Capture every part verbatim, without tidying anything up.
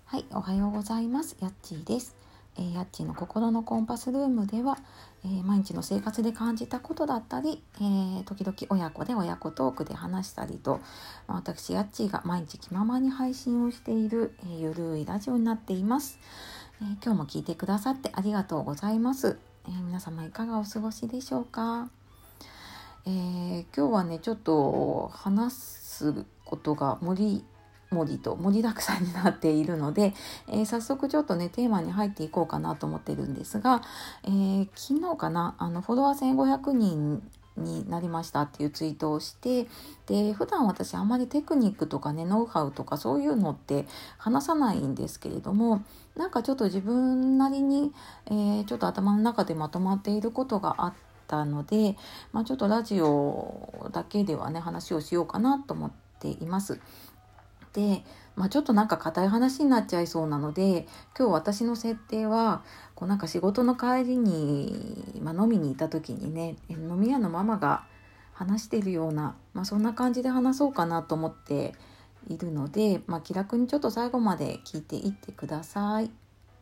はい、おはようございます。やっちーです。えー、やっちーの心のコンパスルームでは、えー毎日の生活で感じたことだったり、えー時々親子で親子トークで話したりと、まあ私やっちーが毎日気ままに配信をしている、えーゆるいラジオになっています。えー今日も聞いてくださってありがとうございます。えー皆様いかがお過ごしでしょうか。えー今日はねちょっと話すことが盛り盛りと盛りだくさんになっているので、えー早速ちょっとねテーマに入っていこうかなと思ってるんですが、えー昨日かなあのフォロワーせんごひゃくにんになりましたっていうツイートをして、で普段私あんまりテクニックとかねノウハウとかそういうのって話さないんですけれども、なんかちょっと自分なりに、えーちょっと頭の中でまとまっていることがあったので、まあ、ちょっとラジオだけではね話をしようかなと思っています。で、まあ、ちょっとなんか硬い話になっちゃいそうなので、今日私の設定はこうなんか仕事の帰りに、まあ、飲みに行った時にね飲み屋のママが話しているような、まあ、そんな感じで話そうかなと思っているので、まあ、気楽にちょっと最後まで聞いていってください。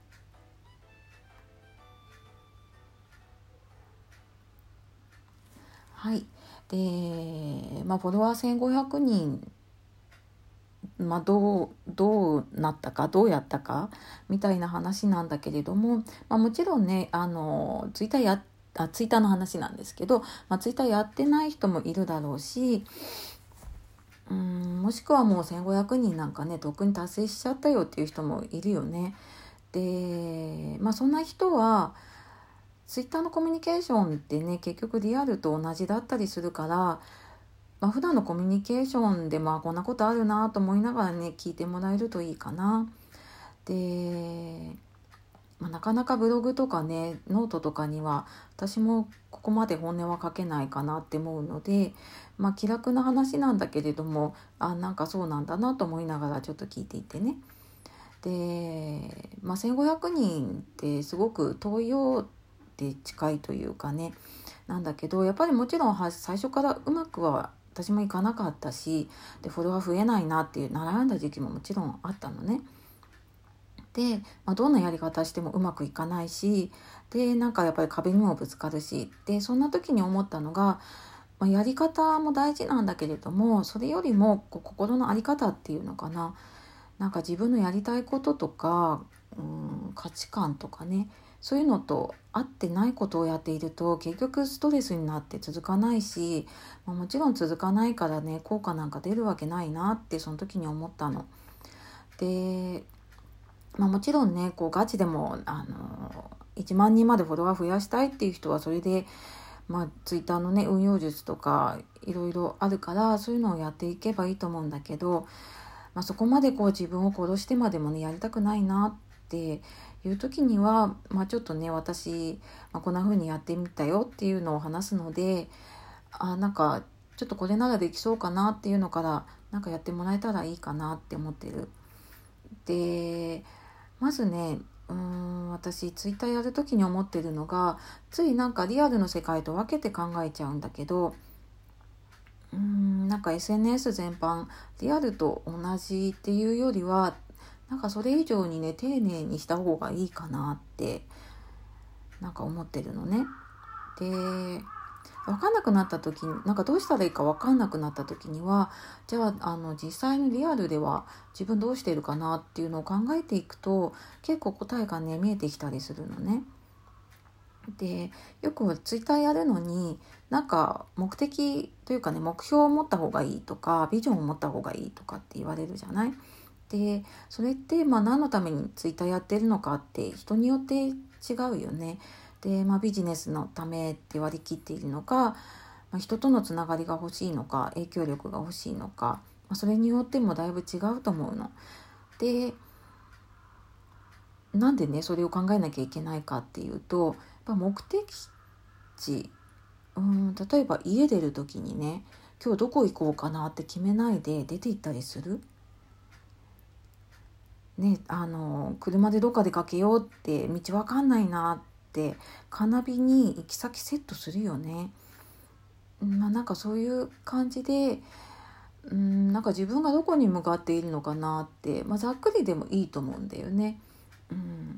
はい。で、まあ、フォロワーせんごひゃくにん、まあ、どう、どうなったか、どうやったか、みたいな話なんだけれども、まあ、もちろんね、あの、ツイッターや、あ、ツイッターの話なんですけど、まあ、ツイッターやってない人もいるだろうし、うん、もしくはもうせんごひゃくにんなんかね、とっくに達成しちゃったよっていう人もいるよね。で、まあ、そんな人は、ツイッターのコミュニケーションってね、結局リアルと同じだったりするから、まあ、普段のコミュニケーションでまあこんなことあるなと思いながらね聞いてもらえるといいかな。で、まあ、なかなかブログとかねノートとかには私もここまで本音は書けないかなって思うので、まあ、気楽な話なんだけれども、あなんかそうなんだなと思いながらちょっと聞いていてね。で、まあ、せんごひゃくにんってすごく遠いよって近いというかねなんだけど、やっぱりもちろんは最初からうまくは私もいかなかったし、でフォロワー増えないなっていう悩んだ時期ももちろんあったのね。で、まあ、どんなやり方してもうまくいかないし、でなんかやっぱり壁にもぶつかるし、でそんな時に思ったのが、まあ、やり方も大事なんだけれども、それよりもこう心の在り方っていうのかな、なんか自分のやりたいこととか、うん、価値観とかね、そういうのと合ってないことをやっていると結局ストレスになって続かないし、まあ、もちろん続かないからね効果なんか出るわけないなってその時に思ったの。で、まあ、もちろんねこうガチでもあのいちまん人までフォロワー増やしたいっていう人はそれで、まあ、ツイッターのね運用術とかいろいろあるからそういうのをやっていけばいいと思うんだけど、まあ、そこまでこう自分を殺してまでもねやりたくないなっていう時には、まあ、ちょっとね私、まあ、こんな風にやってみたよっていうのを話すので、あなんかちょっとこれならできそうかなっていうのからなんかやってもらえたらいいかなって思ってる。でまずねうーん私ツイッターやる時に思ってるのが、ついなんかリアルの世界と分けて考えちゃうんだけど、うーんなんか エスエヌエス 全般リアルと同じっていうよりはなんかそれ以上にね丁寧にした方がいいかなってなんか思ってるのね。で分かんなくなった時になんかどうしたらいいか分かんなくなった時には、じゃあ、あの実際にリアルでは自分どうしているかなっていうのを考えていくと結構答えがね見えてきたりするのね。でよくツイッターやるのになんか目的というかね目標を持った方がいいとかビジョンを持った方がいいとかって言われるじゃない。でそれってまあ何のためにツイッターやってるのかって人によって違うよね。で、まあ、ビジネスのためって割り切っているのか、まあ、人とのつながりが欲しいのか影響力が欲しいのか、まあ、それによってもだいぶ違うと思うの。でなんでねそれを考えなきゃいけないかっていうと、やっぱ目的地、うん、例えば家出る時にね今日どこ行こうかなって決めないで出て行ったりするね。あの車でどっか出かけようって道わかんないなってカーナビに行き先セットするよね。まあ、なんかそういう感じでうん、なんか自分がどこに向かっているのかなって、まあ、ざっくりでもいいと思うんだよね。うん、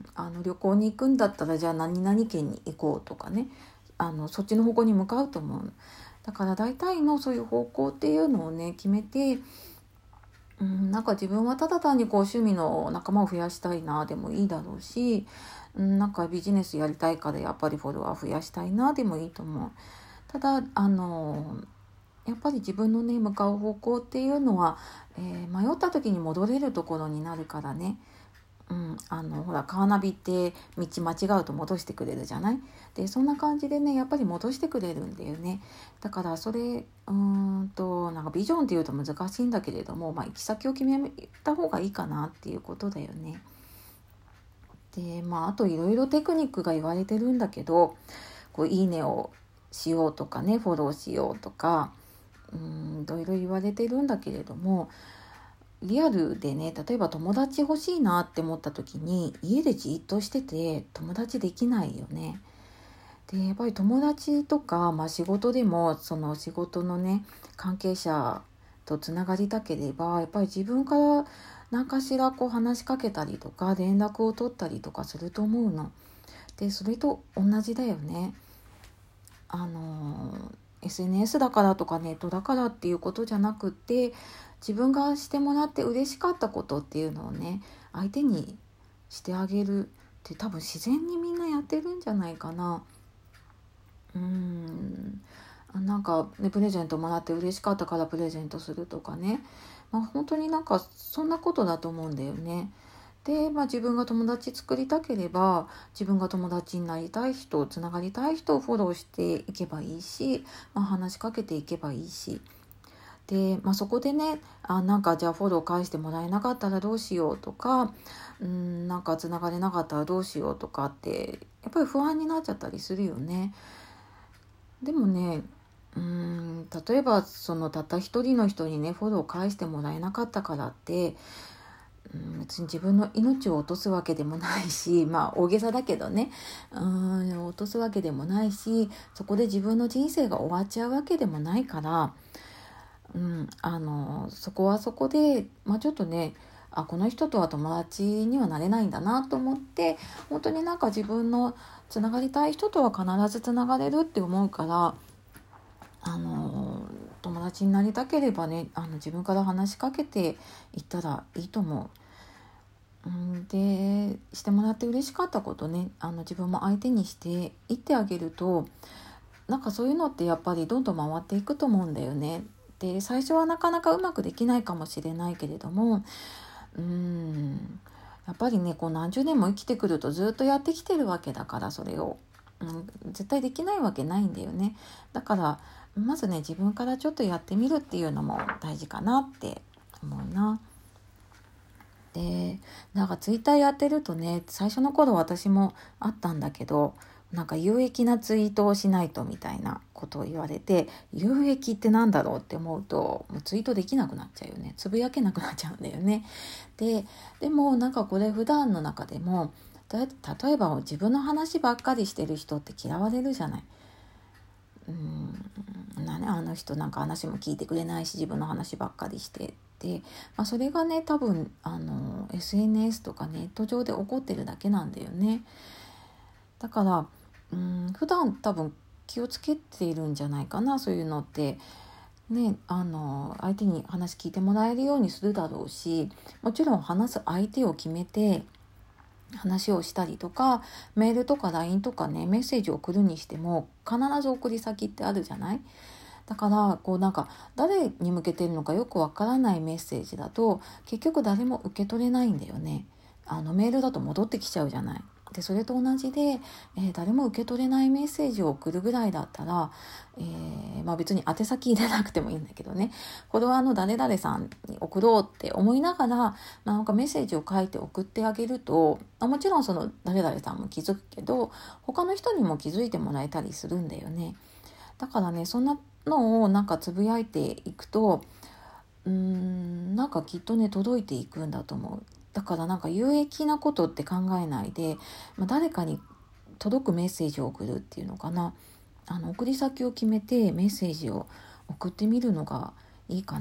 あの旅行に行くんだったらじゃあ何々県に行こうとかね、あのそっちの方向に向かうと思う。だから大体のそういう方向っていうのをね決めて、うん、なんか自分はただ単にこう趣味の仲間を増やしたいなでもいいだろうし、うん、なんかビジネスやりたいからやっぱりフォロワー増やしたいなでもいいと思う。ただあのやっぱり自分のね向かう方向っていうのは、えー迷った時に戻れるところになるからね。うん、あのほらカーナビって道間違うと戻してくれるじゃない。でそんな感じでねやっぱり戻してくれるんだよね。だからそれうーんとなんかビジョンっていうと難しいんだけれども、まあ、行き先を決めた方がいいかなっていうことだよね。でまああといろいろテクニックが言われてるんだけど、こういいねをしようとかねフォローしようとか、うーんいろいろ言われてるんだけれども、リアルでね例えば友達欲しいなって思った時に家でじっとしてて友達できないよね。でやっぱり友達とか、まあ、仕事でもその仕事のね関係者とつながりたければやっぱり自分から何かしらこう話しかけたりとか連絡を取ったりとかすると思うの。でそれと同じだよね。あの エスエヌエス だからとかネットだからっていうことじゃなくって、自分がしてもらって嬉しかったことっていうのをね相手にしてあげるって多分自然にみんなやってるんじゃないかな。うーんなんかねプレゼントもらって嬉しかったからプレゼントするとかね、まあ、本当になんかそんなことだと思うんだよね。で、まあ、自分が友達作りたければ自分が友達になりたい人つながりたい人をフォローしていけばいいし、まあ、話しかけていけばいいし、で、まあ、そこでねあなんかじゃあフォロー返してもらえなかったらどうしようとか、うんなんかつながれなかったらどうしようとかってやっぱり不安になっちゃったりするよね。でもねうーん例えばそのたった一人の人にねフォロー返してもらえなかったからってうん別に自分の命を落とすわけでもないし、まあ大げさだけどね、うん落とすわけでもないし、そこで自分の人生が終わっちゃうわけでもないから、うん、あのそこはそこで、まあ、ちょっとねあこの人とは友達にはなれないんだなと思って、本当になんか自分のつながりたい人とは必ずつながれるって思うから、あの友達になりたければねあの自分から話しかけていったらいいと思う。うん、でしてもらって嬉しかったことねあの自分も相手にしていってあげると、なんかそういうのってやっぱりどんどん回っていくと思うんだよね。で最初はなかなかうまくできないかもしれないけれども、うーんやっぱりねこう何十年も生きてくるとずっとやってきてるわけだから、それを、うん、絶対できないわけないんだよね。だからまずね自分からちょっとやってみるっていうのも大事かなって思うな。でなんかツイッターやってるとね最初の頃私もあったんだけど、なんか有益なツイートをしないとみたいなことを言われて、有益ってなんだろうって思うともうツイートできなくなっちゃうよね。つぶやけなくなっちゃうんだよね。ででもなんかこれ普段の中でもだ例えば自分の話ばっかりしてる人って嫌われるじゃない。うーんなね、あの人なんか話も聞いてくれないし自分の話ばっかりしてで、まあ、それがね多分あの エスエヌエス とかネット上で起こってるだけなんだよね。だからうん普段多分気をつけているんじゃないかな、そういうのってね。あの相手に話聞いてもらえるようにするだろうし、もちろん話す相手を決めて話をしたりとか、メールとか ライン とかねメッセージを送るにしても必ず送り先ってあるじゃない。だからこうなんか誰に向けてるのかよくわからないメッセージだと結局誰も受け取れないんだよね。あのメールだと戻ってきちゃうじゃない。でそれと同じで、えー誰も受け取れないメッセージを送るぐらいだったら、えーまあ、別に宛先入れなくてもいいんだけどね、フォロワーの誰々さんに送ろうって思いながらなんかメッセージを書いて送ってあげると、もちろんその誰々さんも気づくけど他の人にも気づいてもらえたりするんだよね。だからねそんなのをなんかつぶやいていくとうーんなんかきっとね届いていくんだと思う。だからなんか有益なことって考えないで、まあ、誰かに届くメッセージを送るっていうのかな、あの送り先を決めてメッセージを送ってみるのがいいかなっ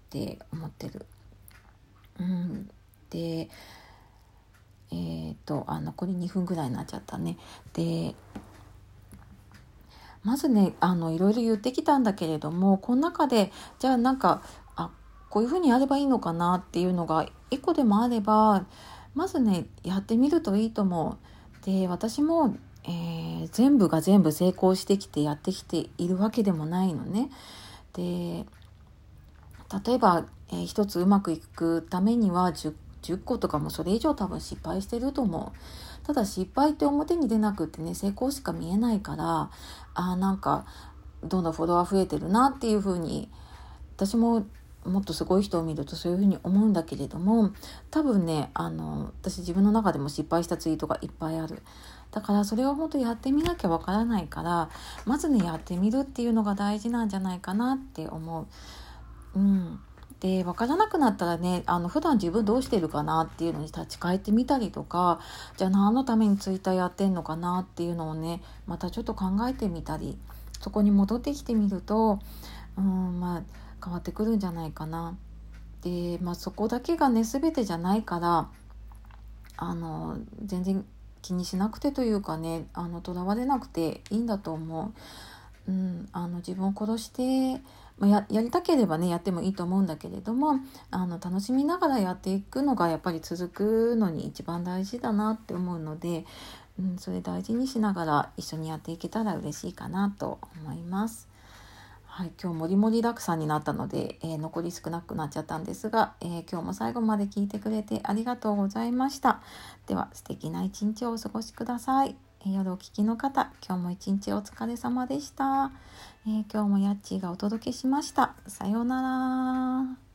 って思ってる。うん、でえー、とあ残りにふんぐらいになっちゃったね。でまずねあのいろいろ言ってきたんだけれども、この中でじゃあなんかあこういうふうにやればいいのかなっていうのが一個でもあれば、まずねやってみるといいと思う。で私も、えー全部が全部成功してきてやってきているわけでもないのね。で例えば、えー一つうまくいくためには 10, じゅっことかもそれ以上多分失敗してると思う。ただ失敗って表に出なくってね、成功しか見えないから、あーなんかどんどんフォロワー増えてるなっていう風に、私ももっとすごい人を見るとそういう風に思うんだけれども、多分ねあの私自分の中でも失敗したツイートがいっぱいある。だからそれを本当やってみなきゃわからないから、まずねやってみるっていうのが大事なんじゃないかなって思う。うん、で分からなくなったらね、あの普段自分どうしてるかなっていうのに立ち返ってみたりとか、じゃあ何のためにツイッターやってんのかなっていうのをねまたちょっと考えてみたり、そこに戻ってきてみると、うんまあ変わってくるんじゃないかな。で、まあ、そこだけがね全てじゃないから、あの全然気にしなくてというかね、あのとらわれなくていいんだと思う。うん、あの自分を殺して、まあ、や, やりたければねやってもいいと思うんだけれども、あの楽しみながらやっていくのがやっぱり続くのに一番大事だなって思うので、うん、それ大事にしながら一緒にやっていけたら嬉しいかなと思います。はい、今日もりもりだくさんになったので、えー残り少なくなっちゃったんですが、えー今日も最後まで聞いてくれてありがとうございました。では素敵な一日をお過ごしください。えー夜お聞きの方、今日も一日お疲れ様でした。えー今日もやっちーがお届けしました。さようなら。